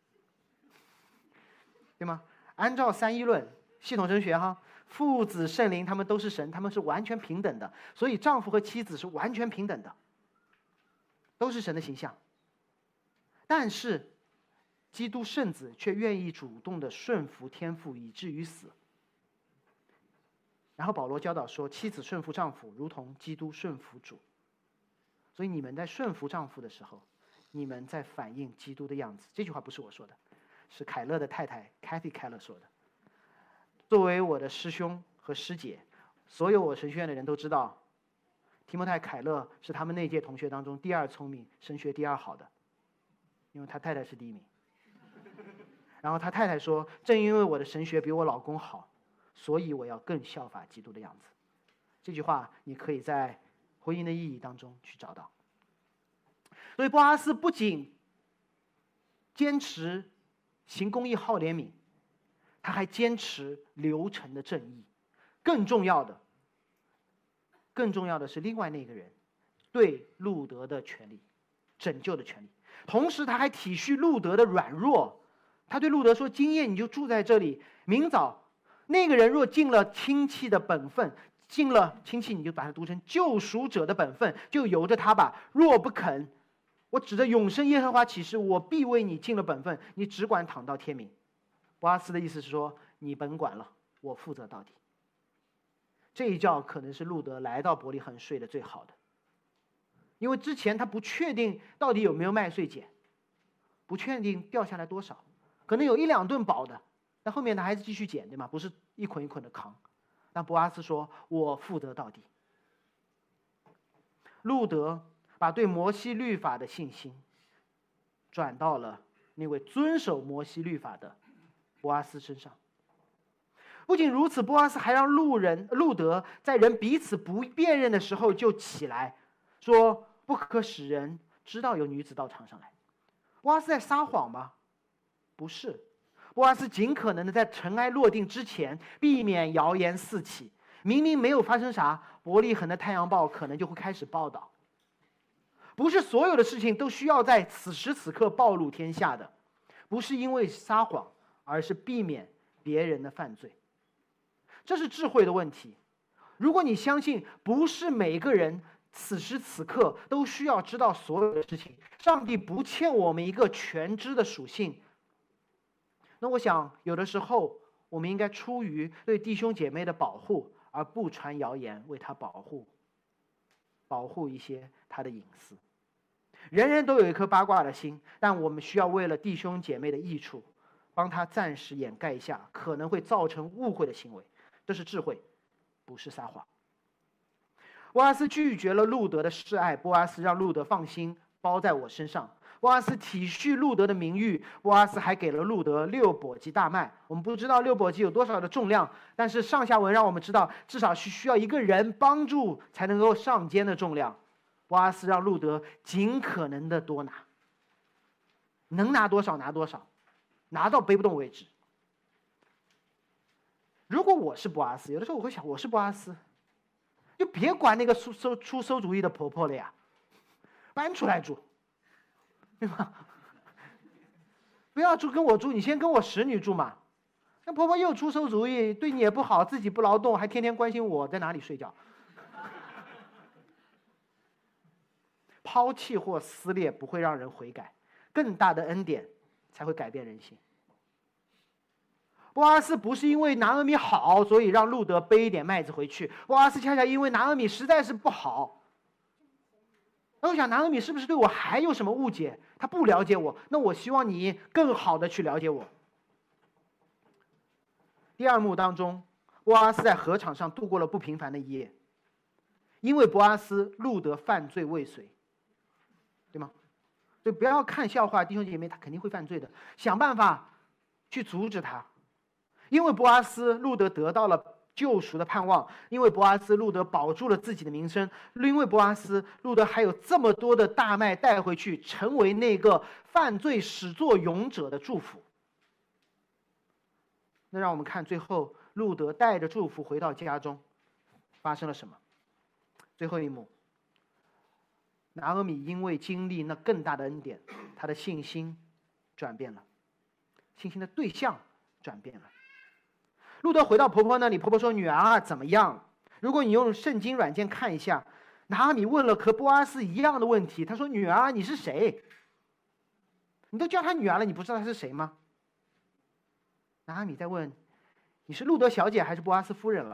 对吗？按照三一论系统神学哈，父子圣灵他们都是神，他们是完全平等的，所以丈夫和妻子是完全平等的，都是神的形象。但是基督圣子却愿意主动的顺服天父，以至于死。然后保罗教导说，妻子顺服丈夫如同基督顺服主。所以你们在顺服丈夫的时候，你们在反映基督的样子。这句话不是我说的，是凯勒的太太 Kathy Keller 说的。作为我的师兄和师姐，所有我神学院的人都知道，提摩太凯勒是他们那届同学当中第二聪明、神学第二好的，因为他太太是第一名。然后他太太说，正因为我的神学比我老公好，所以我要更效法基督的样子。这句话你可以在婚姻的意义当中去找到。所以波阿斯不仅坚持行公义好怜悯，他还坚持流程的正义。更重要的更重要的是另外那个人对路德的权利，拯救的权利。同时他还体恤路德的软弱，他对路德说，今夜你就住在这里，明早那个人若尽了亲戚的本分，尽了亲戚你就把它读成救赎者的本分，就由着他吧。若不肯，我指着永生耶和华起誓，我必为你尽了本分，你只管躺到天明。波阿斯的意思是说，你甭管了，我负责到底。这一觉可能是路德来到伯利恒睡得最好的，因为之前他不确定到底有没有麦穗捡，不确定掉下来多少，可能有一两顿饱的，但后面他还是继续捡，对吗？不是一捆一捆的扛。但波阿斯说，我负责到底。路德把对摩西律法的信心转到了那位遵守摩西律法的波阿斯身上。不仅如此，波阿斯还让路人路德在人彼此不辨认的时候就起来说，不可使人知道有女子到场上来。波阿斯在撒谎吗？不是，波阿斯尽可能的在尘埃落定之前避免谣言四起。明明没有发生啥，伯利恒的太阳报可能就会开始报道。不是所有的事情都需要在此时此刻暴露天下的，不是因为撒谎，而是避免别人的犯罪。这是智慧的问题。如果你相信不是每个人此时此刻都需要知道所有的事情，上帝不欠我们一个全知的属性，那我想有的时候我们应该出于对弟兄姐妹的保护，而不传谣言，为他保护保护一些他的隐私。人人都有一颗八卦的心，但我们需要为了弟兄姐妹的益处，帮他暂时掩盖一下可能会造成误会的行为。这是智慧，不是撒谎。波阿斯拒绝了路德的示爱，波阿斯让路德放心包在我身上， 波阿斯体恤路德的名誉，波阿斯还给了路德六簸箕大麦。我们不知道六簸箕有多少的重量，但是上下文让我们知道，至少是需要一个人帮助才能够上肩的重量。波阿斯让路德尽可能的多拿，能拿多少拿多少，拿到背不动为止。如果我是波阿斯，有的时候我会想，我是波阿斯，就别管那个出馊出馊主意的婆婆了呀，搬出来住，对吧？不要住跟我住，你先跟我使女住嘛。那婆婆又出馊主意，对你也不好，自己不劳动，还天天关心我在哪里睡觉。抛弃或撕裂不会让人悔改，更大的恩典才会改变人心。波阿斯不是因为拿俄米好，所以让路德背一点麦子回去。波阿斯恰恰因为拿俄米实在是不好。那我想，拿俄米是不是对我还有什么误解？他不了解我，那我希望你更好的去了解我。第二幕当中，波阿斯在禾场上度过了不平凡的一夜，因为波阿斯，路德犯罪未遂，对吗？所以不要看笑话，弟兄姐妹，他肯定会犯罪的，想办法去阻止他。因为波阿斯，路德得到了救赎的盼望；因为波阿斯，路德保住了自己的名声；因为波阿斯，路德还有这么多的大麦带回去，成为那个犯罪始作俑者的祝福。那让我们看最后，路德带着祝福回到家中，发生了什么？最后一幕，拿俄米因为经历那更大的恩典，他的信心转变了，信心的对象转变了。路德回到婆婆那里，婆婆说：“女儿啊，怎么样？”如果你用圣经软件看一下，拿俄米问了和波阿斯一样的问题，他说：“女儿，你是谁？你都叫她女儿了，你不知道她是谁吗？”拿俄米在问：“你是路德小姐还是波阿斯夫人了？”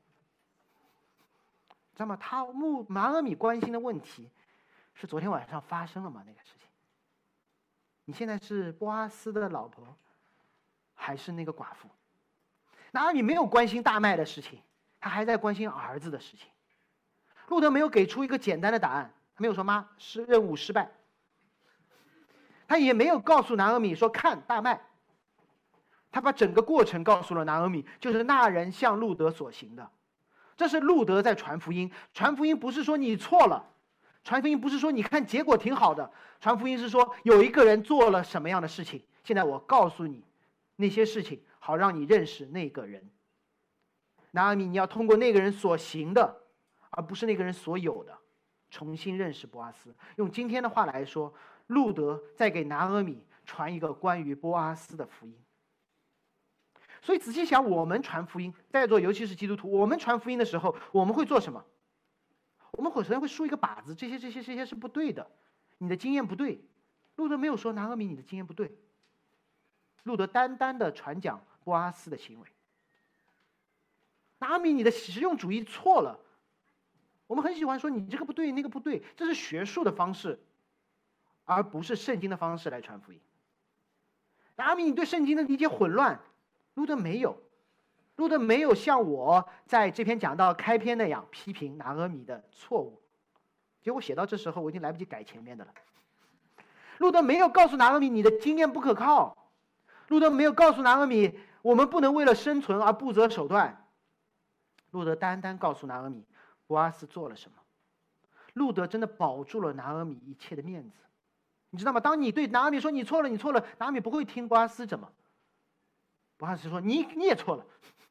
知道吗？他穆拿俄米关心的问题是昨天晚上发生了吗？那个事情，你现在是波阿斯的老婆，还是那个寡妇？拿俄米没有关心大麦的事情，他还在关心儿子的事情。路德没有给出一个简单的答案，他没有说妈是任务失败，他也没有告诉拿俄米说看大麦，他把整个过程告诉了拿俄米，就是那人向路德所行的。这是路德在传福音，传福音不是说你错了，传福音不是说你看结果挺好的，传福音是说有一个人做了什么样的事情，现在我告诉你那些事情，好让你认识那个人。拿俄米，你要通过那个人所行的，而不是那个人所有的，重新认识波阿斯。用今天的话来说，路德在给拿俄米传一个关于波阿斯的福音。所以仔细想，我们传福音，在座尤其是基督徒，我们传福音的时候，我们会做什么？我们首先会竖一个靶子，这些这些这些是不对的，你的经验不对。路德没有说拿俄米你的经验不对，路德单单的传讲波阿斯的行为。拿俄米你的实用主义错了，我们很喜欢说你这个不对那个不对，这是学术的方式，而不是圣经的方式来传福音。拿俄米你对圣经的理解混乱，路德没有，路德没有像我在这篇讲道开篇那样批评拿俄米的错误，结果写到这时候我已经来不及改前面的了。路德没有告诉拿俄米你的经验不可靠，路德没有告诉拿俄米我们不能为了生存而不择手段，路德单单告诉拿俄米波阿斯做了什么。路德真的保住了拿俄米一切的面子，你知道吗？当你对拿俄米说你错了你错了，拿俄米不会听波阿斯怎么，波阿斯说你你也错了，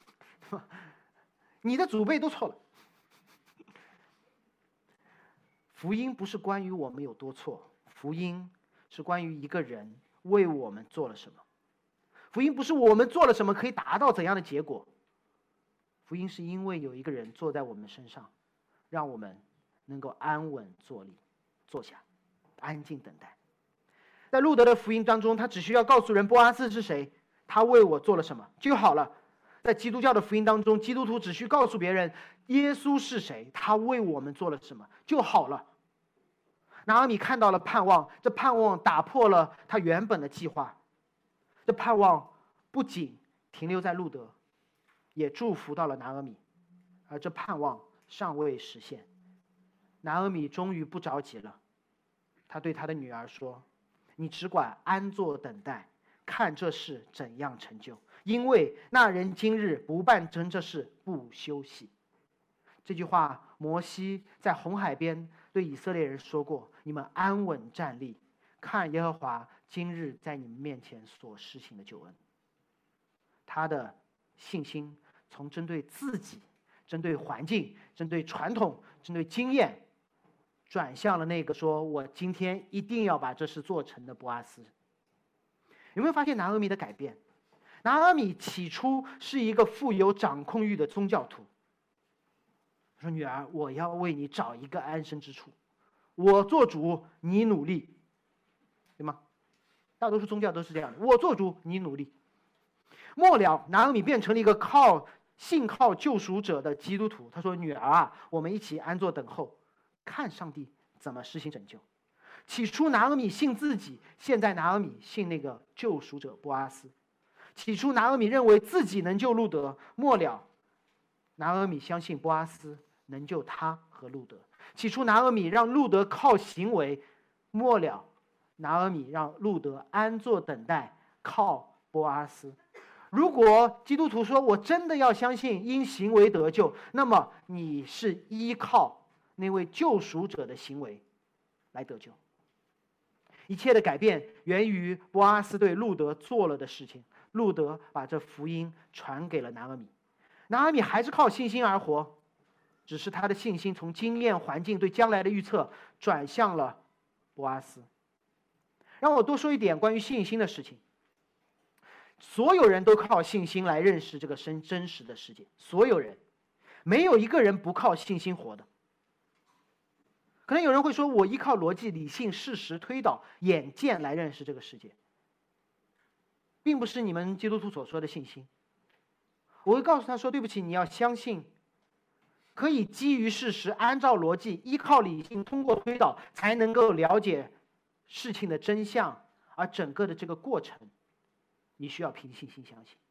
你的祖辈都错了。福音不是关于我们有多错，福音是关于一个人为我们做了什么。福音不是我们做了什么可以达到怎样的结果，福音是因为有一个人坐在我们身上，让我们能够安稳坐立，坐下，安静等待。在路德的福音当中，他只需要告诉人波阿斯是谁，他为我做了什么就好了。在基督教的福音当中，基督徒只需告诉别人耶稣是谁，他为我们做了什么就好了。拿俄米看到了盼望，这盼望打破了他原本的计划，这盼望不仅停留在路德，也祝福到了拿俄米，而这盼望尚未实现。拿俄米终于不着急了，他对他的女儿说： 你只管安坐等待，看这事怎样成就。因为那人今日不办成这事，不休息。”这句话，摩西在红海边对以色列人说过：“你们安稳站立，看耶和华今日在你们面前所施行的救恩。”他的信心从针对自己、针对环境、针对传统、针对经验，转向了那个说：“我今天一定要把这事做成的”波阿斯。有没有发现拿俄米的改变？拿俄米起初是一个富有掌控欲的宗教徒，说：“女儿，我要为你找一个安身之处，我做主，你努力，对吗？”大多数宗教都是这样的，我做主，你努力。末了，拿俄米变成了一个靠信靠救赎者的基督徒。他说：“女儿啊，我们一起安坐等候，看上帝怎么施行拯救。”起初拿俄米信自己，现在拿俄米信那个救赎者波阿斯。起初拿俄米认为自己能救路德，末了拿俄米相信波阿斯能救他和路德。起初拿俄米让路德靠行为，末了拿俄米让路德安坐等待，靠波阿斯。如果基督徒说我真的要相信因行为得救，那么你是依靠那位救赎者的行为来得救。一切的改变源于波阿斯对路德做了的事情。路德把这福音传给了拿俄米，拿俄米还是靠信心而活，只是他的信心从经验、环境对将来的预测转向了波阿斯。让我多说一点关于信心的事情。所有人都靠信心来认识这个真真实的世界，所有人，没有一个人不靠信心活的。可能有人会说，我依靠逻辑、理性、事实、推导、眼见来认识这个世界，并不是你们基督徒所说的信心。我会告诉他说，对不起，你要相信，可以基于事实，按照逻辑，依靠理性，通过推导，才能够了解事情的真相，而整个的这个过程，你需要凭信心相信。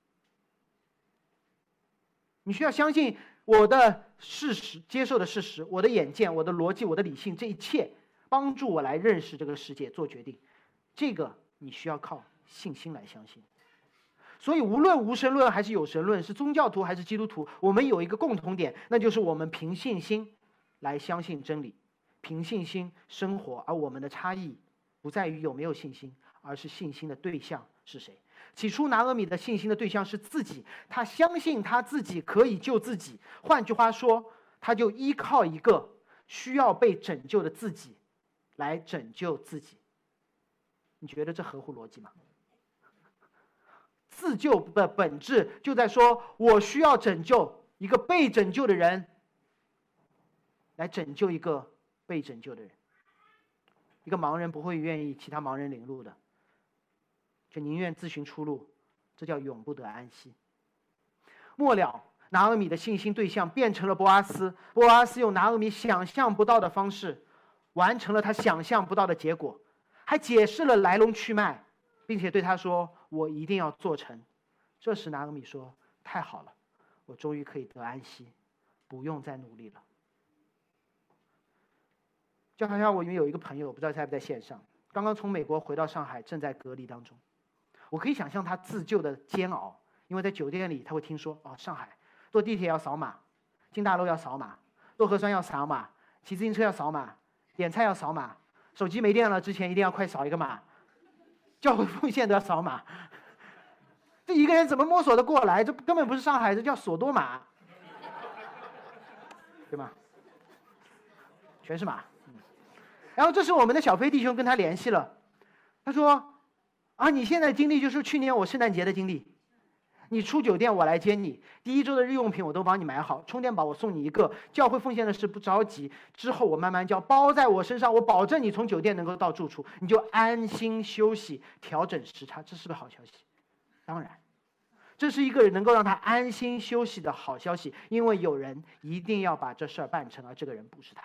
你需要相信我的事实，接受的事实，我的眼见，我的逻辑，我的理性，这一切帮助我来认识这个世界，做决定。这个你需要靠信心来相信。所以无论无神论还是有神论，是宗教徒还是基督徒，我们有一个共同点，那就是我们凭信心来相信真理，凭信心生活。而我们的差异不在于有没有信心，而是信心的对象是谁。起初拿俄米的信心的对象是自己，他相信他自己可以救自己，换句话说，他就依靠一个需要被拯救的自己来拯救自己。你觉得这合乎逻辑吗？自救的本质就在说，我需要拯救一个被拯救的人，来拯救一个被拯救的人。一个盲人不会愿意其他盲人领路的，就宁愿自寻出路，这叫永不得安息。末了，拿俄米的信心对象变成了波阿斯，波阿斯用拿俄米想象不到的方式，完成了他想象不到的结果，还解释了来龙去脉，并且对他说：“我一定要做成。”这时拿俄米说：“太好了，我终于可以得安息，不用再努力了。”就好像我有一个朋友，不知道在不在线上，刚刚从美国回到上海，正在隔离当中。我可以想象他自救的煎熬，因为在酒店里他会听说，哦，上海坐地铁要扫码，进大楼要扫码，做核酸要扫码，骑自行车要扫码，点菜要扫码，手机没电了之前一定要快扫一个码，教会奉献都要扫码。这一个人怎么摸索得过来？这根本不是上海，这叫索多玛，对吗？全是码。然后这时我们的小飞弟兄跟他联系了，他说：“啊，你现在经历就是去年我圣诞节的经历，你出酒店我来接你，第一周的日用品我都帮你买好，充电宝我送你一个，教会奉献的事不着急，之后我慢慢交，包在我身上，我保证你从酒店能够到住处，你就安心休息，调整时差。”这是个好消息，当然，这是一个能够让他安心休息的好消息，因为有人一定要把这事儿办成，而这个人不是他。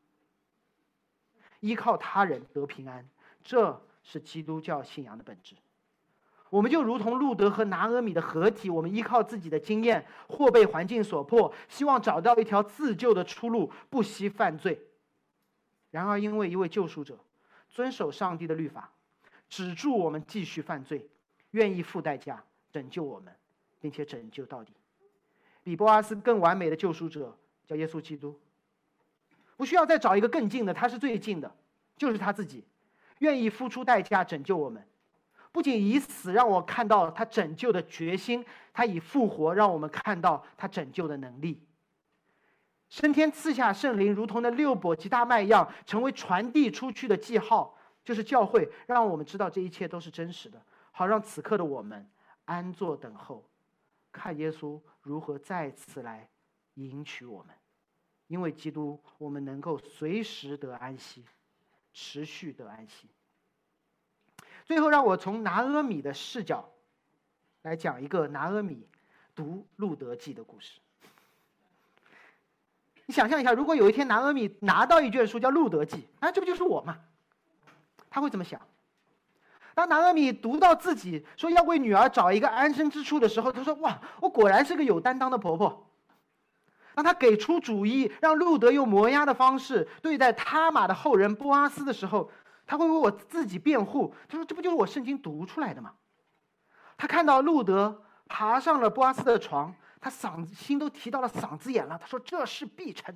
依靠他人得平安，这是基督教信仰的本质。我们就如同路德和拿俄米的合体，我们依靠自己的经验或被环境所迫，希望找到一条自救的出路，不惜犯罪。然而因为一位救赎者遵守上帝的律法， 止住我们继续犯罪，愿意付代价拯救我们，并且拯救到底。比波阿斯更完美的救赎者叫耶稣基督，不需要再找一个更近的，他是最近的，就是他自己，愿意付出代价拯救我们。不仅以死让我看到他拯救的决心，他以复活让我们看到他拯救的能力。升天赐下圣灵，如同那六簸箕大麦一样，成为传递出去的记号，就是教会，让我们知道这一切都是真实的，好让此刻的我们安坐等候，看耶稣如何再次来迎娶我们。因为基督，我们能够随时得安息，持续得安息。最后，让我从拿阿米的视角来讲一个拿阿米读路德记的故事。你想象一下，如果有一天拿阿米拿到一卷书叫《路德记》，啊，这不就是我吗？他会怎么想？当拿阿米读到自己说要为女儿找一个安身之处的时候，他说：“哇，我果然是个有担当的婆婆。”当他给出主意，让路德用磨压的方式对待他玛的后人波阿斯的时候，他会为我自己辩护。他说：“这不就是我圣经读出来的吗？”他看到路德爬上了波阿斯的床，他嗓子心都提到了嗓子眼了。他说：“这事必成。”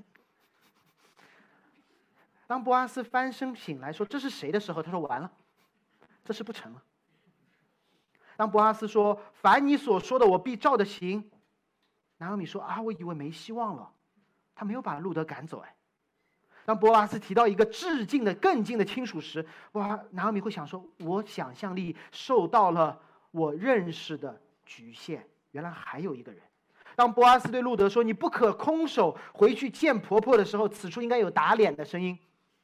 当波阿斯翻身醒来说：“这是谁的时候？”他说：“完了，这事不成了。”当波阿斯说：“凡你所说的，我必照着行。”拿俄米说：“啊，我以为没希望了。”他没有把路德赶走。哎，当波阿斯提到一个至近的、更近的亲属时，哇，拿俄米会想说：“我想象力受到了我认识的局限，原来还有一个人。”当波阿斯对路德说：“你不可空手回去见婆婆”的时候，此处应该有打脸的声音。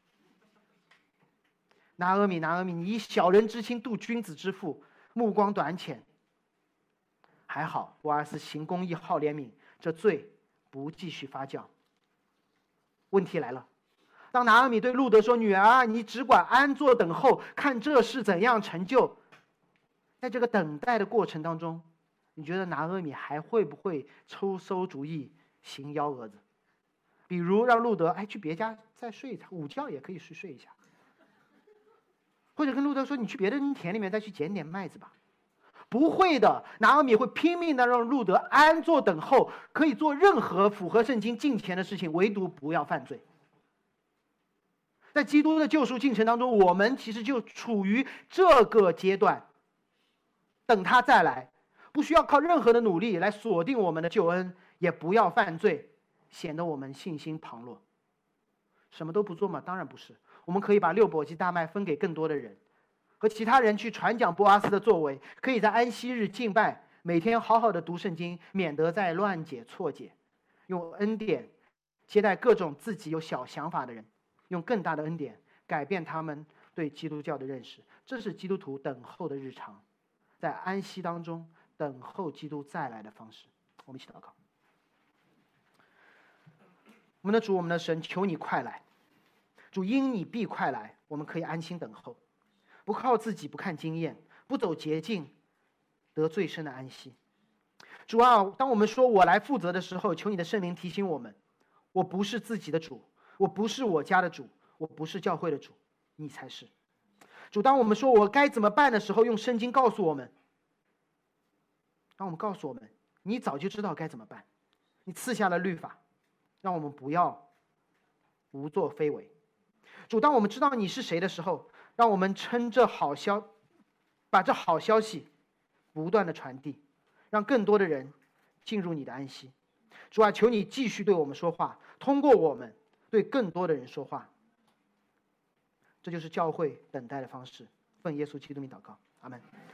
拿俄米，拿俄米，你以小人之心度君子之腹，目光短浅。还好，波阿斯行公义，好怜悯，这罪不继续发酵。问题来了，当拿俄米对路德说：“女儿，你只管安坐等候，看这事怎样成就。”在这个等待的过程当中，你觉得拿俄米还会不会抽馊主意，行幺蛾子？比如让路德哎去别家再睡一下，午觉也可以去睡一下，或者跟路德说：“你去别的田里面再去捡点麦子吧。”不会的，拿俄米会拼命的让路德安坐等候，可以做任何符合圣经敬虔的事情，唯独不要犯罪。在基督的救赎进程当中，我们其实就处于这个阶段，等他再来，不需要靠任何的努力来锁定我们的救恩，也不要犯罪，显得我们信心旁落。什么都不做吗？当然不是。我们可以把六簸箕大麦分给更多的人，和其他人去传讲波阿斯的作为，可以在安息日敬拜，每天好好的读圣经，免得再乱解错解，用恩典接待各种自己有小想法的人，用更大的恩典改变他们对基督教的认识。这是基督徒等候的日常，在安息当中等候基督再来的方式。我们一起祷告。我们的主，我们的神，求你快来。主，因你必快来，我们可以安心等候，不靠自己，不看经验，不走捷径，得最深的安息。主啊，当我们说我来负责的时候，求你的圣灵提醒我们，我不是自己的主，我不是我家的主，我不是教会的主，你才是。主，当我们说我该怎么办的时候，用圣经告诉我们，当我们告诉我们，你早就知道该怎么办，你赐下了律法，让我们不要无作非为。主，当我们知道你是谁的时候，让我们称这好消，把这好消息不断的传递，让更多的人进入你的安息。主啊，求你继续对我们说话，通过我们对更多的人说话。这就是教会等待的方式。奉耶稣基督名祷告，阿们。